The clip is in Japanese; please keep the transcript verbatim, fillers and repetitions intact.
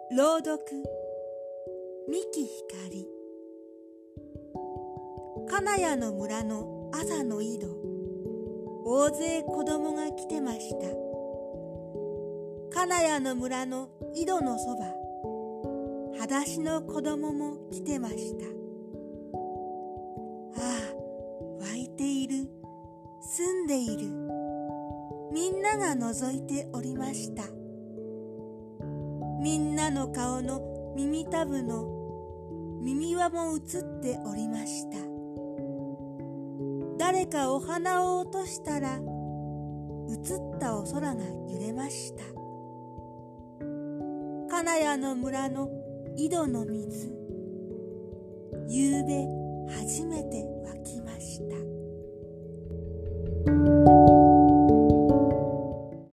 朗読三木ひかり。金谷の村の朝の井戸、大勢子供が来てました。金谷の村の井戸のそば、裸足の子供も来てました。ああ、湧いている、澄んでいる、みんなが覗いておりました。みんなの顔の耳たぶの耳輪も映っておりました。誰かお花を落としたら、映ったお空が揺れました。金谷の村の井戸の水、ゆうべ